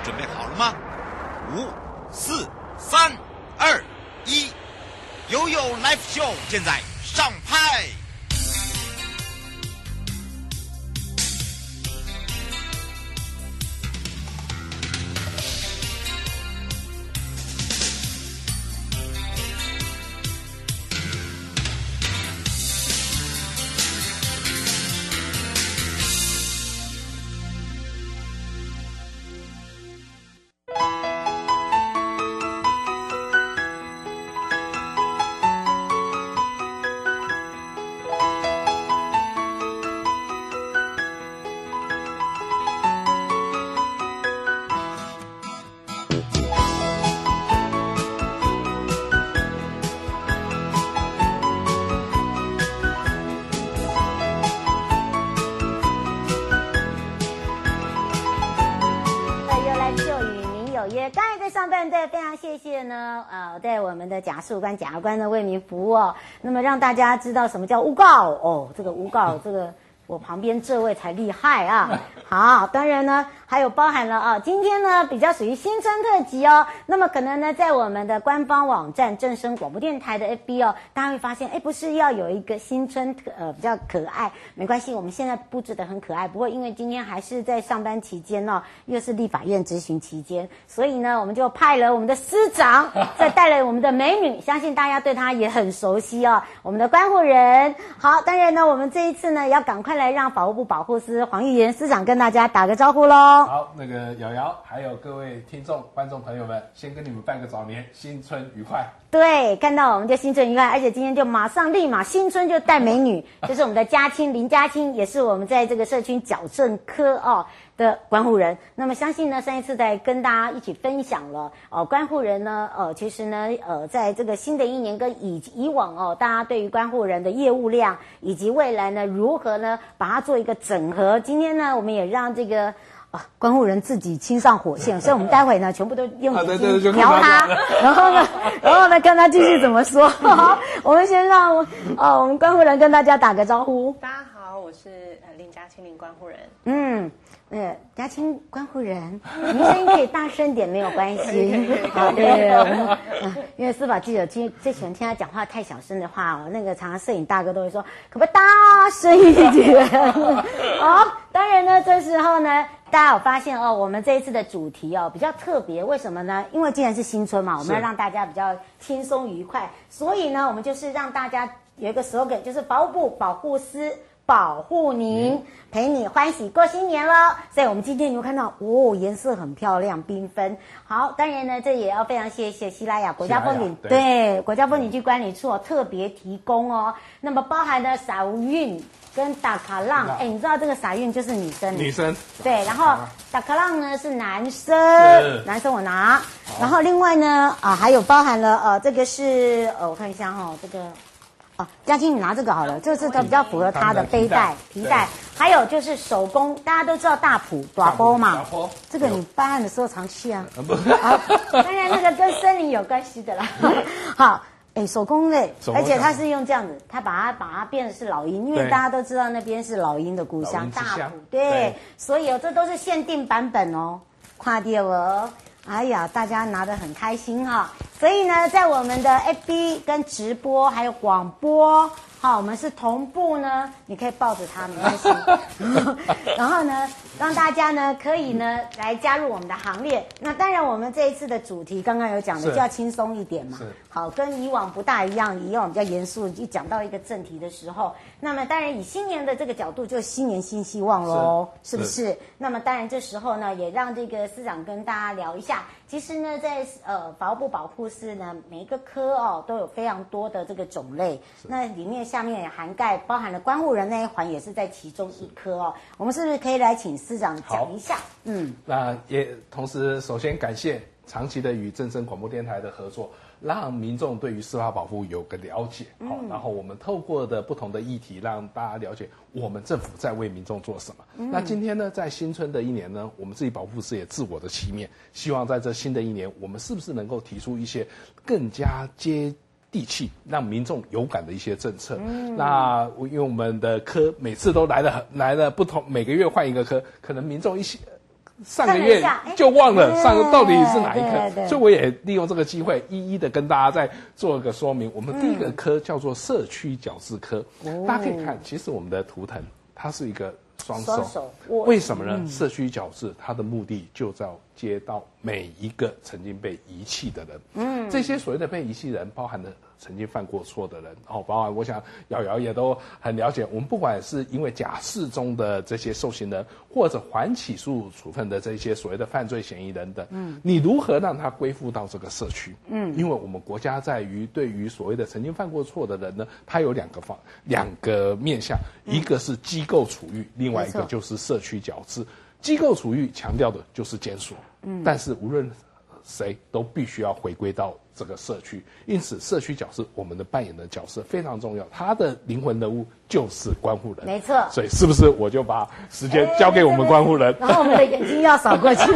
准备好了吗？5、4、3、2、1，悠悠 Live Show 现在上拍。 刚才在上半段非常谢谢呢，对我们的检察官的为民服务哦。那么让大家知道什么叫诬告哦，这个诬告，这个我旁边这位才厉害啊。好，当然呢，还有包含了啊，今天呢比较属于新春特辑哦。那么可能呢，在我们的官方网站正声广播电台的 FB 哦，大家会发现，不是要有一个新春比较可爱，没关系，我们现在布置得很可爱。不过因为今天还是在上班期间哦，又是立法院质询期间，所以呢，我们就派了我们的司长，再带来我们的美女，相信大家对她也很熟悉哦，我们的关护人。好，当然呢，我们这一次呢，要赶快来让法务部保护司黄玉妍司长跟大家打个招呼咯。 好，那个瑶瑶还有各位听众观众朋友们，先跟你们拜个早年，新春愉快。对， 看到我们就新春愉快，而且今天就立马新春就带美女，就是我们的林嘉青，也是我们在这个社区矫正科的关护人。那么相信呢，上一次在跟大家一起分享了关护人呢其实呢在这个新的一年跟以往大家对于关护人的业务量以及未来呢如何呢把它做一个整合。今天呢我们也让这个关护人自己亲上火线，所以我们待会呢全部都用眼睛瞄他，然后呢看他继续怎么说。好，我们先让我们关护人跟大家打个招呼。 大家好，我是林嘉青林关护人。 嘉青关护人，您声音可以大声点没有关系。好，对，因为司法记者最喜欢听他讲话太小声的话那个常常摄影大哥都会说，可不可以大声一点？好，当然呢，这时候呢，大家有发现我们这一次的主题比较特别，为什么呢？因为既然是新春嘛，我们要让大家比较轻松愉快，所以呢，我们就是让大家有一个 slogan， 就是法务部保护司保护您，陪你欢喜过新年了。所以我们今天你会看到颜色很漂亮缤纷。好，当然呢，这也要非常谢谢西拉雅国家风景对国家风景区管理处特别提供那么包含了撒运跟打卡浪，你知道这个撒运就是女生对，然后打卡浪呢是男生我拿，然后另外呢还有包含了这个是我看一下这个。嘉青，你拿这个好了，这是比较符合他的背带、皮带，还有就是手工，大家都知道大埔短波嘛，这个你办案的时候常去啊。当然那个跟森林有关系的啦。好，手工类，而且他是用这样子，他把它变的是老鹰，因为大家都知道那边是老鹰的故乡，大埔，对，所以这都是限定版本看到哦。哎呀，大家拿得很开心所以呢，在我们的 FB 跟直播还有广播，我们是同步呢，你可以抱着它没关系。然后呢，让大家呢可以呢来加入我们的行列。那当然，我们这一次的主题刚刚有讲的，就要轻松一点嘛。好，跟以往不大一样，以往比较严肃。一讲到一个正题的时候，那么当然以新年的这个角度，就新年新希望咯，是不是？那么当然这时候呢，也让这个司长跟大家聊一下。其实呢，在法务部保护司呢，每一个科都有非常多的这个种类，那里面下面也涵盖包含了关护人那一环，也是在其中一科我们是不是可以来请司长讲一下？ 那也同时首先感谢长期的与正声广播电台的合作，让民众对于司法保护有个了解。然后我们透过的不同的议题，让大家了解我们政府在为民众做什么。那今天呢，在新春的一年呢，我们自己保护司也自我的期勉，希望在这新的一年，我们是不是能够提出一些更加接地气，让民众有感的一些政策。那因为我们的科每次都来了不同，每个月换一个科，可能民众上个月就忘了上个到底是哪一科， 对， 所以我也利用这个机会，一一的跟大家再做一个说明。我们第一个科叫做社区矫治科，大家可以看，其实我们的图腾它是一个双手，为什么呢？社区矫治它的目的就在接到每一个曾经被遗弃的人，这些所谓的被遗弃人，包含了曾经犯过错的人，包含我想瑶瑶也都很了解，我们不管是因为假释中的这些受刑人，或者缓起诉处分的这些所谓的犯罪嫌疑人等，你如何让他归附到这个社区？因为我们国家在于对于所谓的曾经犯过错的人呢，它有两个面向，一个是机构处遇，另外一个就是社区矫治。机构处遇强调的就是监所，但是无论谁都必须要回归到这个社区，因此社区角色我们的扮演的角色非常重要，他的灵魂人物就是关护人， 没错。 所以是不是我就把时间交给我们关护人？ 然后我们的眼睛要扫过去。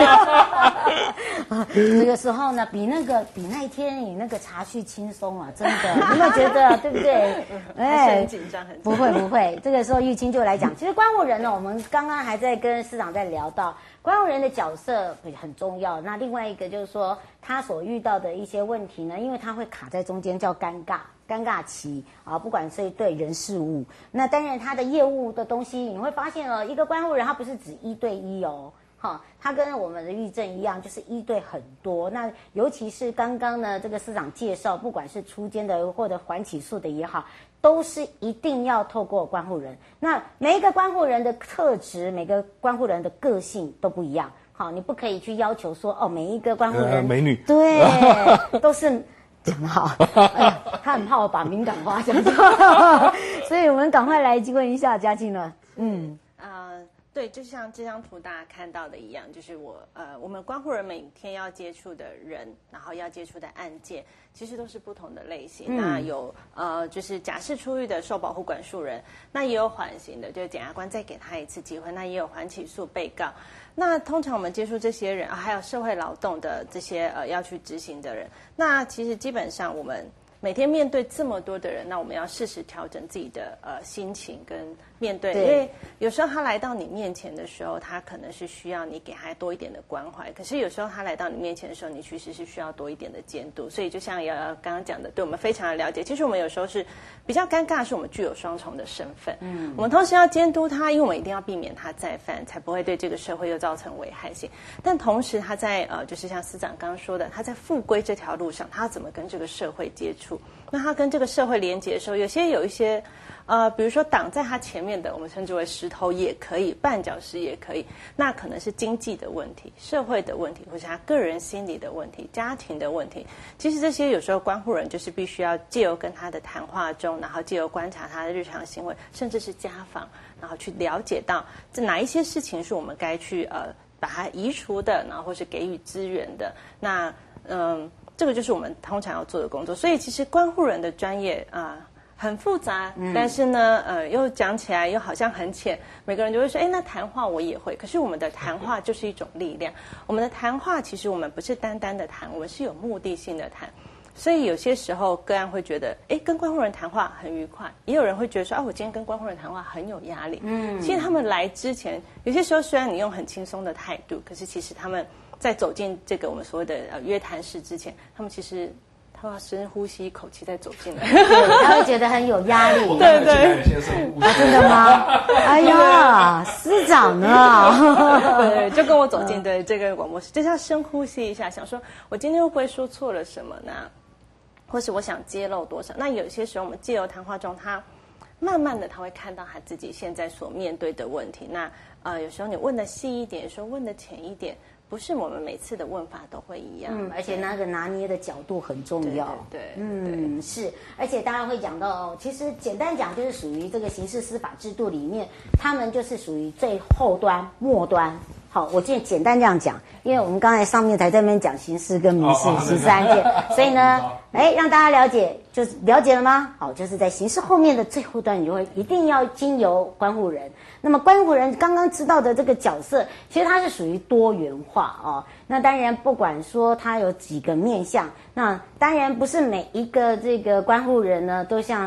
这个时候呢，比那一天你那个茶叙轻松啊，真的，你有没有觉得对不对？ 很紧张，很紧张。 不会，这个时候玉清就来讲，其实关护人呢，我们刚刚还在跟司长在聊到。关护人的角色很重要，那另外一个就是说他所遇到的一些问题呢，因为他会卡在中间叫尴尬期啊，不管是对人事物，那当然他的业务的东西，你会发现一个关护人他不是只1对1哦。他跟我们的狱政一样，就是1对很多。那尤其是刚刚呢，这个司长介绍，不管是出监的或者缓起诉的也好，都是一定要透过关护人。那每一个关护人的特质，每个关护人的个性都不一样。好，你不可以去要求说每一个关护人美女对都是。讲得好，他很怕我把敏感话讲错，所以我们赶快来问一下嘉庆了。 对，就像这张图大家看到的一样，就是我们关护人每天要接触的人，然后要接触的案件，其实都是不同的类型。那有就是假释出狱的受保护管束人，那也有缓刑的，就是检察官再给他一次机会，那也有缓起诉被告。那通常我们接触这些人还有社会劳动的这些要去执行的人，那其实基本上我们每天面对这么多的人，那我们要适时调整自己的心情跟面对，因为有时候他来到你面前的时候，他可能是需要你给他多一点的关怀，可是有时候他来到你面前的时候，你其实是需要多一点的监督。所以就像瑶瑶刚刚讲的，对我们非常的了解。其实我们有时候是比较尴尬，是我们具有双重的身份，我们同时要监督他，因为我们一定要避免他再犯，才不会对这个社会又造成危害性。但同时他在就是像司长刚刚说的，他在复归这条路上，他要怎么跟这个社会接触？那他跟这个社会连接的时候，有一些比如说挡在他前面的，我们称之为石头也可以，绊脚石也可以，那可能是经济的问题、社会的问题，或是他个人心理的问题、家庭的问题。其实这些有时候关护人就是必须要借由跟他的谈话中，然后借由观察他的日常行为，甚至是家访，然后去了解到这哪一些事情是我们该去把它移除的，然后或是给予资源的。那这个就是我们通常要做的工作。所以其实关护人的专业很复杂，但是呢又讲起来又好像很浅，每个人就会说那谈话我也会，可是我们的谈话就是一种力量。我们的谈话其实我们不是单单的谈，我们是有目的性的谈。所以有些时候个案会觉得跟关护人谈话很愉快，也有人会觉得说我今天跟关护人谈话很有压力。其实他们来之前，有些时候虽然你用很轻松的态度，可是其实他们在走进这个我们所谓的约谈室之前，他们其实他要深呼吸一口气再走进来， 他会觉得很有压力。 对， 真的吗？哎呀，司长呢？ 对，就跟我走进这个广播室，就是要深呼吸一下，想说我今天会不会说错了什么呢？或是我想揭露多少？那有些时候我们借由谈话中，他慢慢的他会看到他自己现在所面对的问题。那有时候你问的细一点，有时候问的浅一点。不是我们每次的问法都会一样， 而且那个拿捏的角度很重要。 对， 是，而且大家会讲到其实简单讲就是属于这个刑事司法制度里面，他们就是属于最后端、末端。好，我简单这样讲，因为我们刚才上面才在那边讲刑事跟民事13件，所以呢，让大家了解，就是了解了吗？好，就是在刑事后面的最后端，你就会一定要经由关护人。那么关护人刚刚知道的这个角色，其实它是属于多元化那当然不管说它有几个面向，那当然不是每一个这个关护人呢都像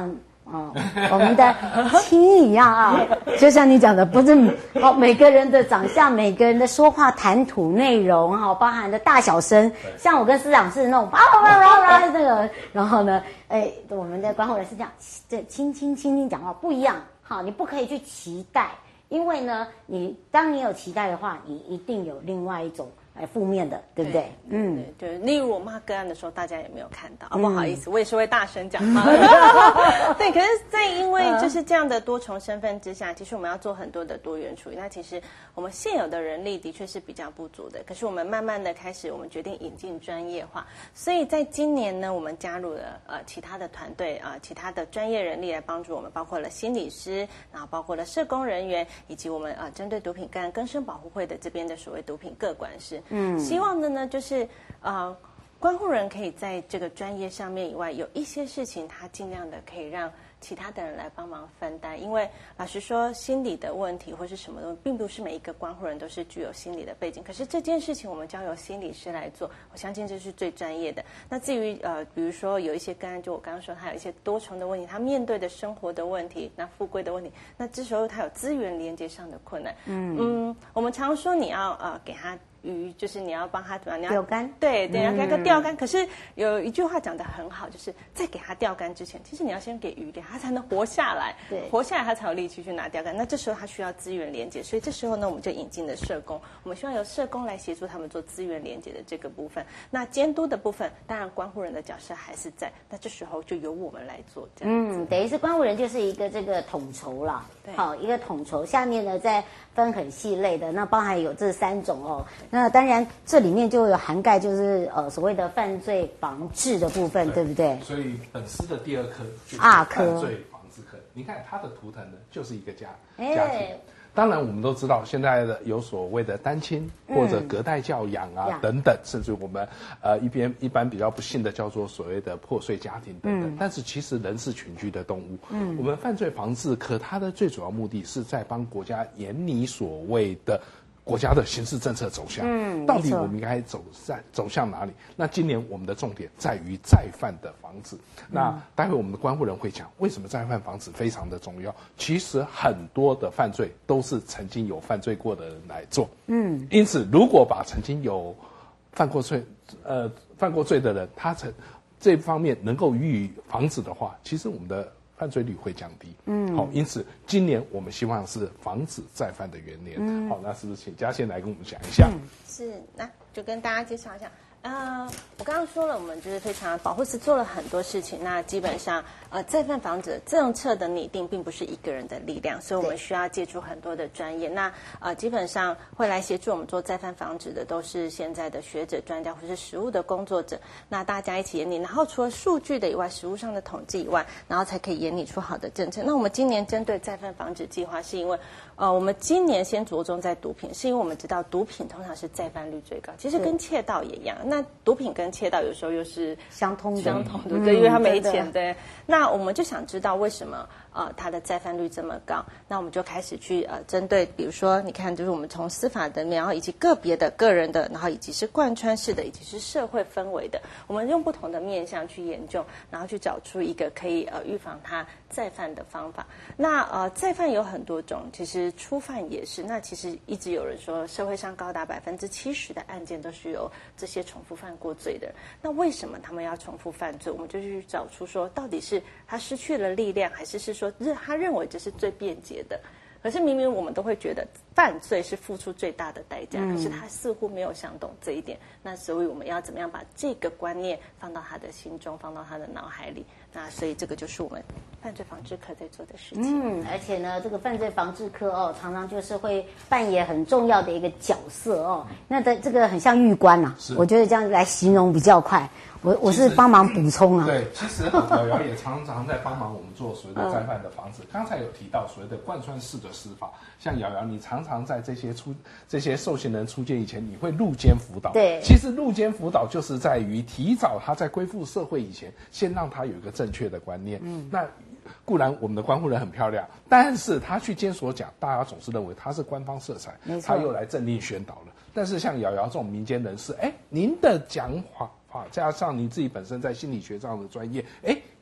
我们的亲一样啊，就像你讲的，不是每个人的长相，每个人的说话谈吐内容包含的大小声，像我跟司长是那种那个，然后呢，我们的关护人是这样，轻轻讲话不一样，你不可以去期待，因为呢，当你有期待的话，你一定有另外一种负面的，对不对？ 对，例如我骂个案的时候，大家也没有看到，不好意思，我也是会大声讲话。对，可是在因为就是这样的多重身份之下，其实我们要做很多的多元处理。那其实我们现有的人力的确是比较不足的，可是我们慢慢的开始，我们决定引进专业化。所以在今年呢，我们加入了其他的团队其他的专业人力来帮助我们，包括了心理师，然后包括了社工人员，以及我们针对毒品个案更生保护会的这边的所谓毒品个管师。希望的呢就是关护人可以在这个专业上面以外，有一些事情他尽量的可以让其他的人来帮忙分担，因为老实说，心理的问题或是什么东西，并不是每一个关护人都是具有心理的背景。可是这件事情我们交由心理师来做，我相信这是最专业的。那至于比如说有一些个案，就我刚刚说他有一些多重的问题，他面对的生活的问题，那富贵的问题，那这时候他有资源连接上的困难。我们常说你要给他鱼，就是你要帮他怎么样？你要钓竿， 对，要给他钓竿。可是有一句话讲得很好，就是在给他钓竿之前，其实你要先给鱼给他，才能活下来。 对， 活下来他才有力气去拿钓竿。那这时候他需要资源连接，所以这时候呢，我们就引进了社工。我们希望由社工来协助他们做资源连接的这个部分。那监督的部分，当然关护人的角色还是在。那这时候就由我们来做。这样子， 等于是关护人就是一个这个统筹啦。好，一个统筹，下面呢再分很细类的，那包含有这3种那当然这里面就有涵盖就是所谓的犯罪防治的部分， 对不对？ 所以本师的第2科就是 2科犯罪防治科。你看它的图腾呢，就是一个家庭。当然，我们都知道现在的有所谓的单亲或者隔代教养等等，甚至我们一般比较不幸的叫做所谓的破碎家庭等等。但是其实人是群居的动物。我们犯罪防治科它的最主要目的是在帮国家研拟所谓的国家的刑事政策走向，到底我们应该走向哪里？那今年我们的重点在于再犯的防止。那待会我们的关护人会讲，为什么再犯防止非常的重要？其实很多的犯罪都是曾经有犯罪过的人来做，因此如果把曾经有犯过罪的人，他这方面能够予以防止的话，其实我们的犯罪率会降低。好，因此今年我们希望是防止再犯的元年。好，那是不是请嘉宪来跟我们讲一下？ 是，那就跟大家介绍一下。我刚刚说了，我们就是非常保护司做了很多事情。那基本上，再犯防止政策的拟定并不是一个人的力量，所以我们需要借助很多的专业。那基本上会来协助我们做再犯防止的，都是现在的学者、专家或是实务的工作者。那大家一起研拟，然后除了数据的以外，实务上的统计以外，然后才可以研拟出好的政策。那我们今年针对再犯防止计划，是因为我们今年先着重在毒品，是因为我们知道毒品通常是再犯率最高，其实跟窃盗也一样。那毒品跟窃盗有时候又是相通的， 对，因为他没钱。对，那我们就想知道为什么它的再犯率这么高？那我们就开始去针对，比如说你看，就是我们从司法的，然后以及个别的个人的，然后以及是贯穿式的，以及是社会氛围的，我们用不同的面向去研究，然后去找出一个可以预防它再犯的方法。那再犯有很多种，其实初犯也是。那其实一直有人说，社会上高达70%的案件都是由这些重复犯过罪的人。那为什么他们要重复犯罪？我们就去找出说，到底是他失去了力量，还是说他认为这是最便捷的？可是明明我们都会觉得犯罪是付出最大的代价，可是他似乎没有想懂这一点。那所以我们要怎么样把这个观念放到他的心中，放到他的脑海里？那所以这个就是我们犯罪防治科在做的事情。 而且呢，这个犯罪防治科常常就是会扮演很重要的一个角色那这个很像狱官我觉得这样来形容比较快。我是帮忙补充对，其实瑶瑶也常常在帮忙我们做所谓的再犯的防止。刚才有提到所谓的贯穿式的司法，像瑶瑶，你常常在这些受刑人出监以前，你会入监辅导。 对， 其实入监辅导就是在于提早他在归附社会以前，先让他有一个正确的观念。那固然我们的关护人很漂亮，但是他去监所讲，大家总是认为他是官方色彩，他又来政令宣导了。但是像瑶瑶这种民间人士，您的讲法加上你自己本身在心理学上的专业，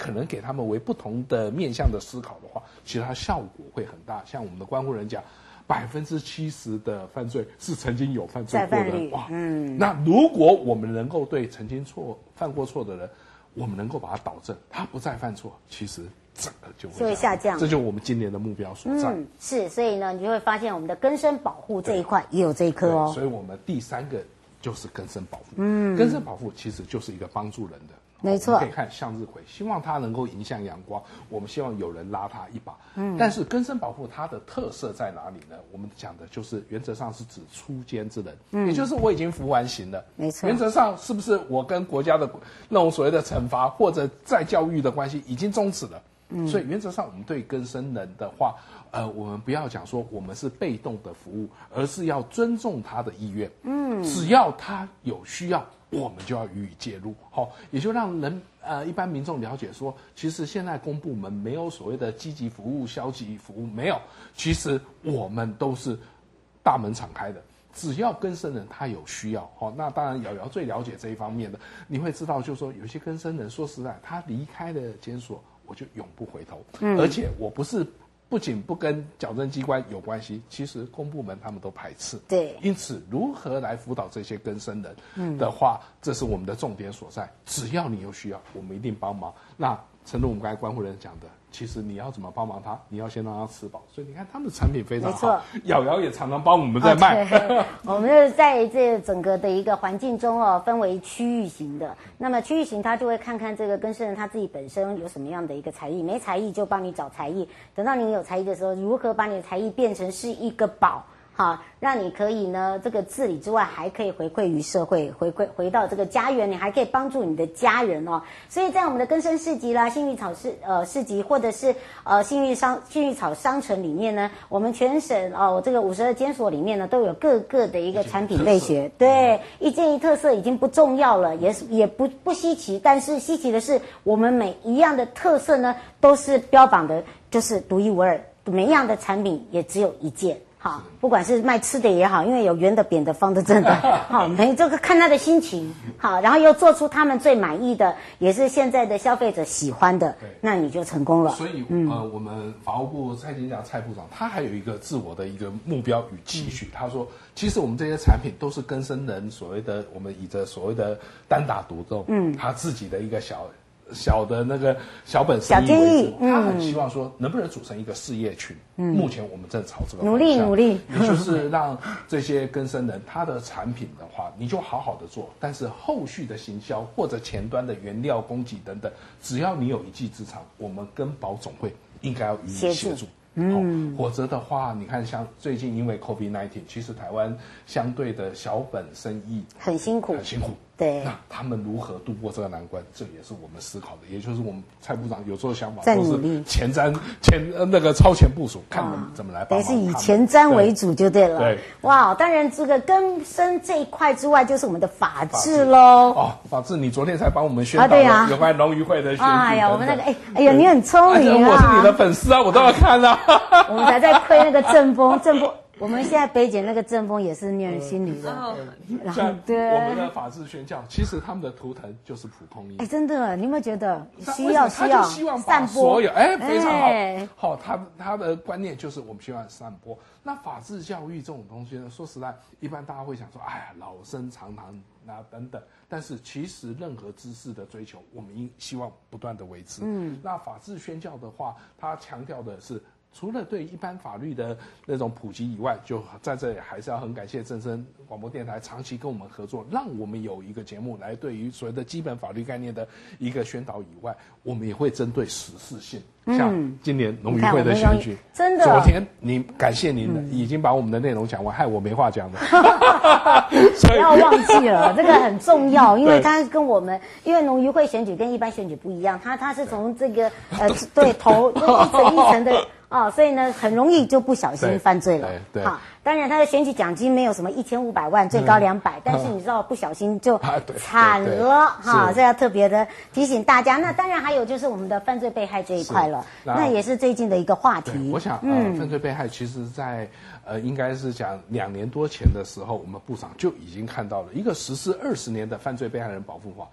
可能给他们为不同的面向的思考的话，其实它效果会很大。像我们的关护人讲，70%的犯罪是曾经有犯罪过的人。哇，那如果我们能够对曾经犯过错的人，我们能够把他导正，他不再犯错，其实整个就会下降。 这就是我们今年的目标所在。 是，所以呢，你就会发现我们的根生保护这一块也有这一颗哦。 所以我们第3个就是根生保护。根生保护其实就是一个帮助人的。 没错， 我们可以看向日葵，希望它能够迎向阳光，我们希望有人拉它一把。但是根生保护它的特色在哪里呢？我们讲的就是原则上是指初监之人，也就是我已经服完刑了。 没错， 原则上是不是我跟国家的那种所谓的惩罚或者再教育的关系已经终止了？所以原则上我们对更生人的话，我们不要讲说我们是被动的服务，而是要尊重他的意愿。只要他有需要，我们就要予以介入。也就让一般民众了解说，其实现在公部门没有所谓的积极服务、消极服务，没有，其实我们都是大门敞开的。只要更生人他有需要，那当然瑶瑶最了解这一方面的，你会知道，就是说有些更生人说实在，他离开了监所，我就永不回头。而且我不仅不跟矫正机关有关系，其实公部门他们都排斥。 对， 因此如何来辅导这些更生人的话，这是我们的重点所在。只要你有需要，我们一定帮忙。那诚如我们刚才关护人讲的，其实你要怎么帮忙他，你要先让他吃饱。所以你看他们的产品非常好，瑶瑶也常常帮我们在卖。 我们就是在这整个的一个环境中分为区域型的。那么区域型他就会看看这个更生人他自己本身有什么样的一个才艺，没才艺就帮你找才艺。等到你有才艺的时候，如何把你的才艺变成是一个宝。让你可以呢，这个治理之外，还可以回馈于社会，回到这个家园，你还可以帮助你的家人哦。所以在我们的更生市集啦、幸运草市集，或者是幸运草商城里面呢，我们全省这个52监所里面呢，都有各个的一个产品类学。对，一件一特色已经不重要了，也不稀奇，但是稀奇的是，我们每一样的特色呢，都是标榜的就是独一无二，每一样的产品也只有一件。不管是卖吃的也好，因为有圆的、扁的、方的、正的，每这个看他的心情，然后又做出他们最满意的，也是现在的消费者喜欢的，那你就成功了。 所以，我们法务部蔡金甲蔡部长，他还有一个自我的一个目标与期许。他说，其实我们这些产品都是更生人所谓的，我们以着所谓的单打独斗，他自己的一个小的那个小本生意为主，他很希望说能不能组成一个事业群。目前我们正朝这个方向努力， 也就是让这些更生人他的产品的话，你就好好的做，但是后续的行销或者前端的原料供给等等，只要你有一技之长，我们跟保总会应该要予以协助。否则的话，你看像最近因为 COVID-19， 其实台湾相对的小本生意很辛苦。对， 那他们如何度过这个难关？这也是我们思考的，也就是我们蔡部长有时候想法都是那个超前部署，看怎么来帮忙。 是以前瞻为主就对了。对，哇，当然这个更生这一块之外，就是我们的法治喽。 法治，你昨天才帮我们宣导了有关农渔会的选举。 哎呀，我们那个哎呀，你很聪明啊！ 我是你的粉丝啊，我都要看啊。 我们还在推那个正风。我们现在北检那个正风也是念心理的， 然后对我们的法治宣教，其实他们的图腾就是蒲公英。 真的，你有没有觉得需要希望散播所有非常好。他的观念就是我们希望散播。那法治教育这种东西呢，说实在，一般大家会想说，哎呀，老生常谈啊等等。但是其实任何知识的追求，我们希望不断的维持。那法治宣教的话，它强调的是，除了对一般法律的那种普及以外，就在这里还是要很感谢正声广播电台长期跟我们合作，让我们有一个节目来对于所谓的基本法律概念的一个宣导以外，我们也会针对时事性，像今年农渔会的选举， 真的， 昨天感谢您已经把我们的内容讲完，害我没话讲了。 不要忘记了，这个很重要，因为它跟我们，因为农渔会选举跟一般选举不一样，它是从这个对头一层一层的。所以呢，很容易就不小心犯罪了。 对， 当然他的选举奖金没有什么1500万，最高200，但是你知道不小心就惨了这要特别的提醒大家。那当然还有就是我们的犯罪被害这一块了，那也是最近的一个话题。 我想犯罪被害其实在应该是讲2年多前的时候，我们部长就已经看到了一个实施20年的犯罪被害人保护法。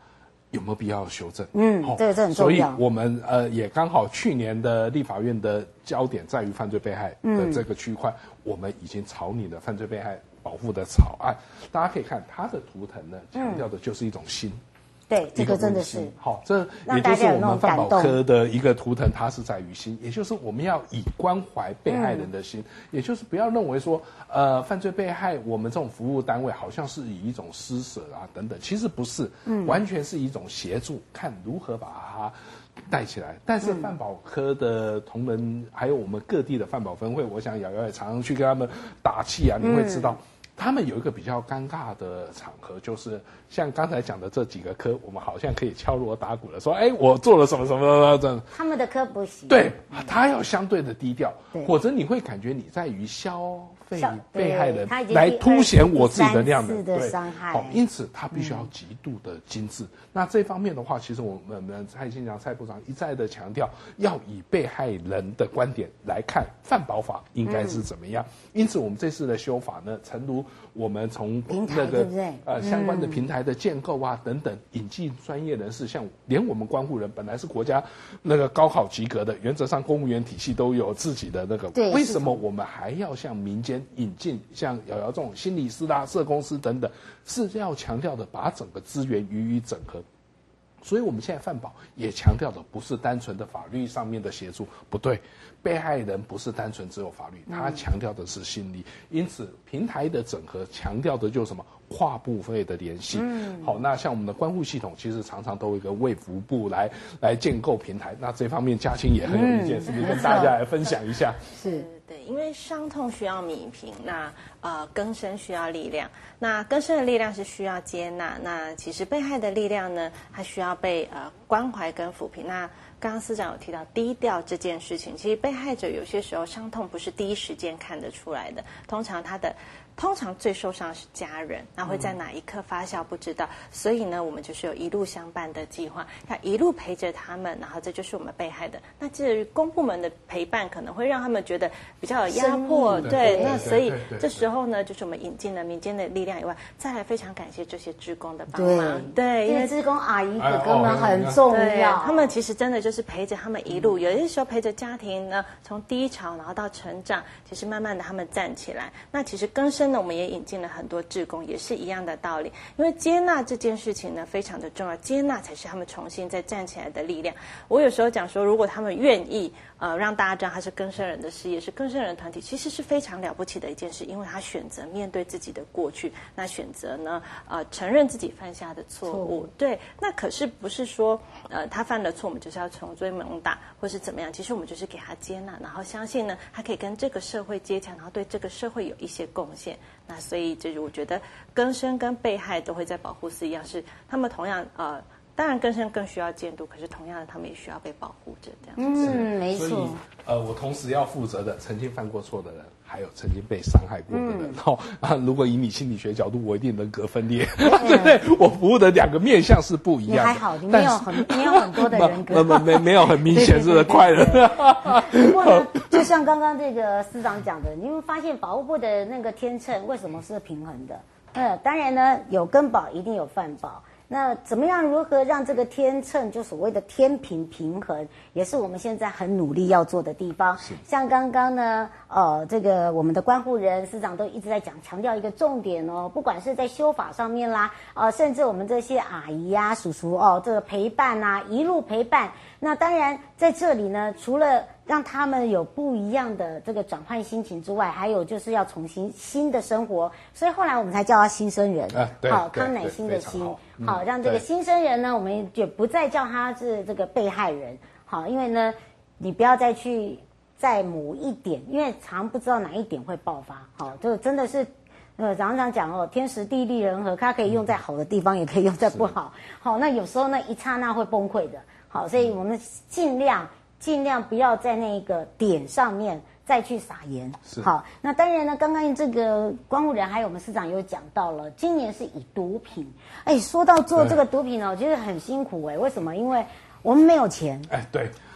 有没有必要修正？ 这个很重要。 所以我们也刚好去年的立法院的焦点在于犯罪被害的这个区块，我们已经草拟了犯罪被害保护的草案。大家可以看它的图腾呢，强调的就是一种心。 对，这个真的是好，这也就是我们犯保科的一个图腾，它是在于心，也就是我们要以关怀被害人的心，也就是不要认为说，犯罪被害我们这种服务单位好像是以一种施舍啊等等，其实不是，完全是一种协助，看如何把它带起来。但是犯保科的同仁，还有我们各地的犯保分会，我想瑶瑶也常常去跟他们打气啊，你会知道。他们有一个比较尴尬的场合，就是像刚才讲的这几个科，我们好像可以敲锣打鼓的说，哎，我做了什么什么这。 他们的科不行。 对，他要相对的低调，或者你会感觉你在于消费被害人来凸显我自己的量能， 对，好， 因此他必须要极度的精致。那这方面的话，其实我们蔡新祥蔡部长一再的强调，要以被害人的观点来看犯保法应该是怎么样。因此，我们这次的修法呢，诚如我们从那个相关的平台的建构啊等等，引进专业人士，像连我们关护人本来是国家那个高考及格的，原则上公务员体系都有自己的那个，为什么我们还要向民间引进像瑶瑶这种心理师啦、社工师等等，是要强调的把整个资源予以整合。所以我们现在犯保也强调的不是单纯的法律上面的协助，不对，被害人不是单纯只有法律，他强调的是心理。因此平台的整合强调的就是什么？跨部会的联系。好，那像我们的关护系统其实常常都有一个卫福部来建构平台，那这方面嘉青也很有意见，是不是跟大家来分享一下？ 是。 对，因为伤痛需要弭平，那更生需要力量，那更生的力量是需要接纳，那其实被害的力量呢，它需要被关怀跟抚平。那刚刚司长有提到低调这件事情，其实被害者有些时候伤痛不是第一时间看得出来的，通常最受伤的是家人，那会在哪一刻发酵不知道，所以呢，我们就是有一路相伴的计划，要一路陪着他们，然后这就是我们被害的。那至于公部门的陪伴，可能会让他们觉得比较有压迫，对，那所以这时候呢，就是我们引进了民间的力量以外，再来非常感谢这些志工的帮忙，对， 因为志工阿姨哥哥们很重要， 他们其实真的就是陪着他们一路，有些时候陪着家庭呢，从低潮然后到成长，其实慢慢的他们站起来。那其实更生呢，我们也引进了很多志工，也是一样的道理。因为接纳这件事情呢，非常的重要，接纳才是他们重新再站起来的力量。我有时候讲说，如果他们愿意，让大家知道他是更生人的事业，是更生人团体，其实是非常了不起的一件事，因为他选择面对自己的过去，那选择呢，承认自己犯下的错误。对，那可是不是说，他犯了错，我们就是要穷追猛打，或是怎么样？其实我们就是给他接纳，然后相信呢，他可以跟这个社会接洽，然后对这个社会有一些贡献。那所以，就是我觉得更生跟被害都会在保护司一样，是他们同样当然更生更需要监督，可是同样的他们也需要被保护着这样子。 没错。所以我同时要负责的曾经犯过错的人，还有曾经被伤害过的人。如果以你心理学角度，我一定人格分裂，对不对？我服务的两个面向是不一样的。 你还好，你没有很多的人格， 没有很明显是快乐。 不过呢，就像刚刚这个司长讲的，你会发现保护部的那个天秤为什么是平衡的？当然呢，有更保一定有犯保。那怎么样如何让这个天秤就所谓的天平平衡，也是我们现在很努力要做的地方。像刚刚呢，这个我们的关护人司长都一直在强调一个重点哦，不管是在修法上面啦，甚至我们这些阿姨啊、叔叔这个陪伴啊，一路陪伴。那当然在这里呢，除了让他们有不一样的这个转换心情之外，还有就是要重新新的生活，所以后来我们才叫他新生人，好，康乃馨的馨，好，让这个新生人呢，我们就不再叫他是这个被害人，好，因为呢，你不要再去在某一点，因为常不知道哪一点会爆发，好，这个真的是。常讲天时地利人和，它可以用在好的地方，也可以用在不好。好，那有时候呢，一刹那会崩溃的。好，所以我们尽量不要在那个点上面再去撒盐。好，那当然呢，刚刚这个关护人还有我们司长有讲到了，今年是以毒品。说到做这个毒品呢，我觉得很辛苦为什么？因为我们没有钱。 对。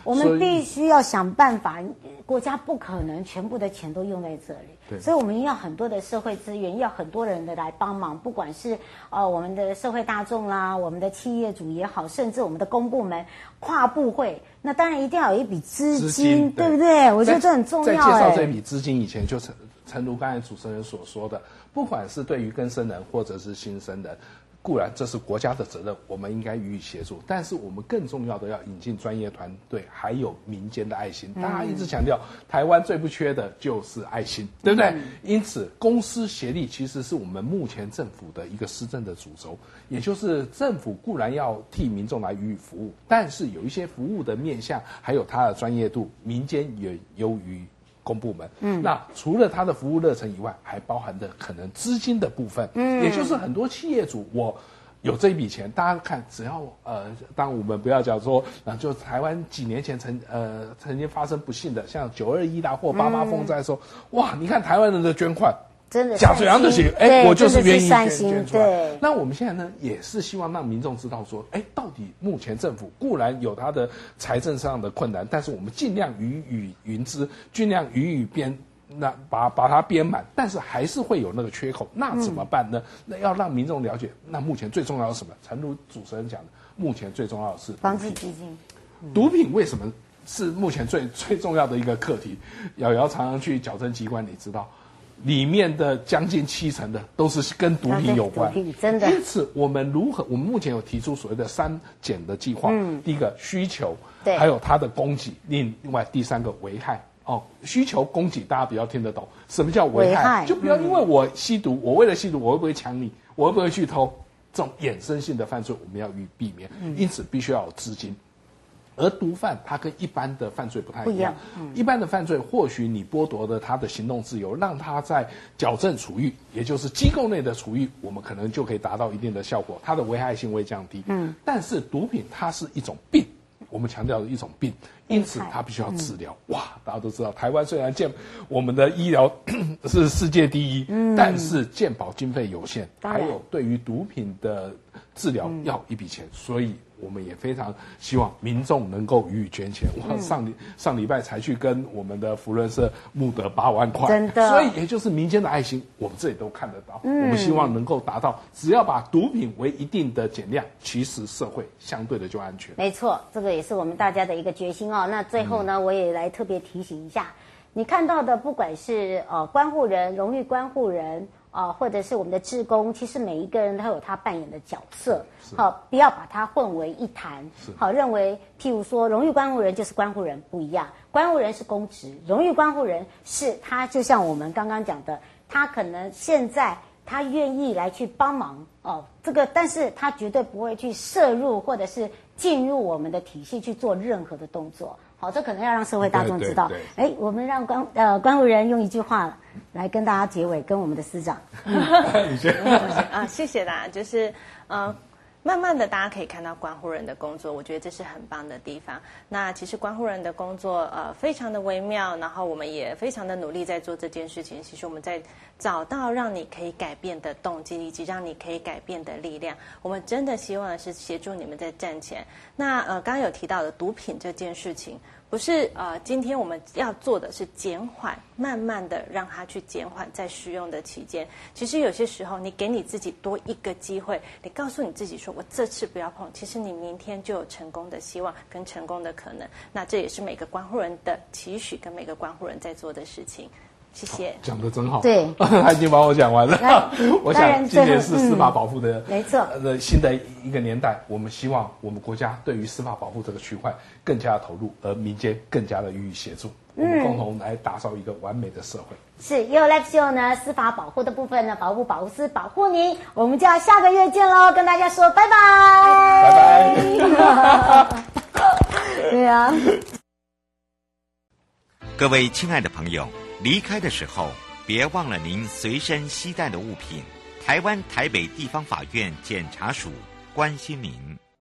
我们必须要想办法，国家不可能全部的钱都用在这里，所以我们要很多的社会资源，要很多人的来帮忙，不管是我们的社会大众啦，我们的企业主也好，甚至我们的公部门、跨部会，那当然一定要有一笔资金，对不对？我觉得这很重要。 在介绍这笔资金以前，就诚如刚才主持人所说的，不管是对于更生人或者是新生人，固然这是国家的责任，我们应该予以协助，但是我们更重要的要引进专业团队，还有民间的爱心。大家一直强调，台湾最不缺的就是爱心，对不对？因此，公私协力其实是我们目前政府的一个施政的主轴，也就是政府固然要替民众来予以服务，但是有一些服务的面向，还有它的专业度，民间也优于公部门。那除了它的服务热忱以外，还包含的可能资金的部分。也就是很多企业主，我有这一笔钱，大家看，只要当我们不要讲说，就台湾几年前曾经发生不幸的，像921啦或88风灾的时候，哇，你看台湾人的捐款。 真的假嘴洋的写，我就是愿意捐出来。 对， 那我们现在呢，也是希望让民众知道说，到底目前政府固然有它的财政上的困难，但是我们尽量予以云之，尽量予以把它编满，但是还是会有那个缺口，那怎么办呢？那要让民众了解，那目前最重要的是什么？诚如主持人讲的，目前最重要的是防治基金。 毒品为什么是目前最重要的一个课题？瑶瑶常常去矫正机关，你知道。里面的将近70%的都是跟毒品有关， 真的。 因此，我们目前有提出所谓的3减的计划。第一个需求，还有它的供给，另外第3个危害。需求供给大家比较听得懂，什么叫危害？就不要因为我吸毒，我为了吸毒，我会不会抢你？我会不会去偷？这种衍生性的犯罪，我们要予以避免。因此，必须要有资金。而毒贩它跟一般的犯罪不太一样，一般的犯罪或许你剥夺了他的行动自由，让他在矫正处遇，也就是机构内的处遇，我们可能就可以达到一定的效果，它的危害性会降低。但是毒品它是一种病，我们强调的一种病，因此它必须要治疗。哇，大家都知道，台湾虽然我们的医疗是世界第一，但是健保经费有限，还有对于毒品的治疗要一笔钱，所以我们也非常希望民众能够予以捐钱。我上礼拜才去跟我们的福伦社募得8万块， 真的。 所以也就是民间的爱心，我们这里都看得到。我们希望能够达到，只要把毒品为一定的减量，其实社会相对的就安全。 没错，这个也是我们大家的一个决心哦。那最后呢，我也来特别提醒一下，你看到的不管是关护人、荣誉关护人。或者是我们的志工，其实每一个人都有他扮演的角色，好，不要把它混为一谈，好，认为譬如说荣誉关护人就是关护人不一样，关护人是公职，荣誉关护人是他就像我们刚刚讲的，他可能现在他愿意来去帮忙这个，但是他绝对不会去涉入或者是进入我们的体系去做任何的动作。好，这可能要让社会大众知道。我们让关护人用一句话来跟大家结尾，跟我们的司长。 谢谢大家。就是慢慢的，大家可以看到关护人的工作，我觉得这是很棒的地方。那其实关护人的工作非常的微妙，然后我们也非常的努力在做这件事情。其实我们在找到让你可以改变的动机，以及让你可以改变的力量。我们真的希望的是协助你们在站前。那刚刚有提到的毒品这件事情。不是今天我们要做的是减缓，慢慢的让它去减缓在使用的期间。其实有些时候，你给你自己多一个机会，你告诉你自己说，我这次不要碰，其实你明天就有成功的希望跟成功的可能。那这也是每个关护人的期许，跟每个关护人在做的事情。谢谢， 讲得真好。 对， 他已经把我讲完了。我想今年是司法保护的， 没错， 新的一个年代。我们希望我们国家对于司法保护这个区块更加的投入，而民间更加的予以协助。我们共同来打造一个完美的社会。 是，YOYO Live Show 呢，司法保护的部分呢，保护司保护你。我们就要下个月见喽，跟大家说拜拜。拜拜。对啊。 各位亲爱的朋友，离开的时候别忘了您随身携带的物品。台湾台北地方法院检察署关心您。